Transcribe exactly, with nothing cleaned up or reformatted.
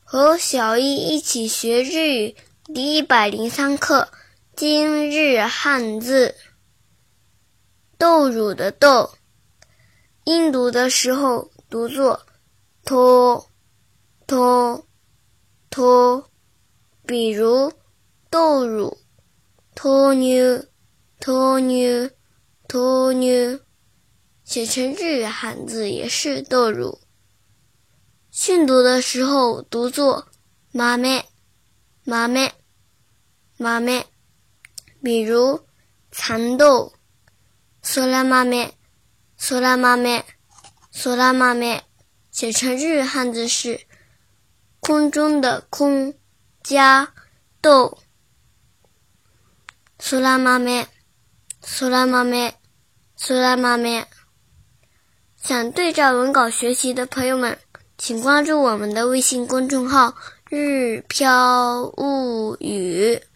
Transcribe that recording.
和小易一起学日语第一百零三课，今日汉字。豆乳的豆，音读的时候读作托托托，比如豆乳、豆乳、豆乳、豆乳，写成日语汉字也是豆乳。训读的时候读作豆豆豆，比如蚕豆、そら豆、そら豆、そら豆，写成日语汉字是空中的空加豆，そら豆、そら豆、そら豆。想对照文稿学习的朋友们，请关注我们的微信公众号日飘物语。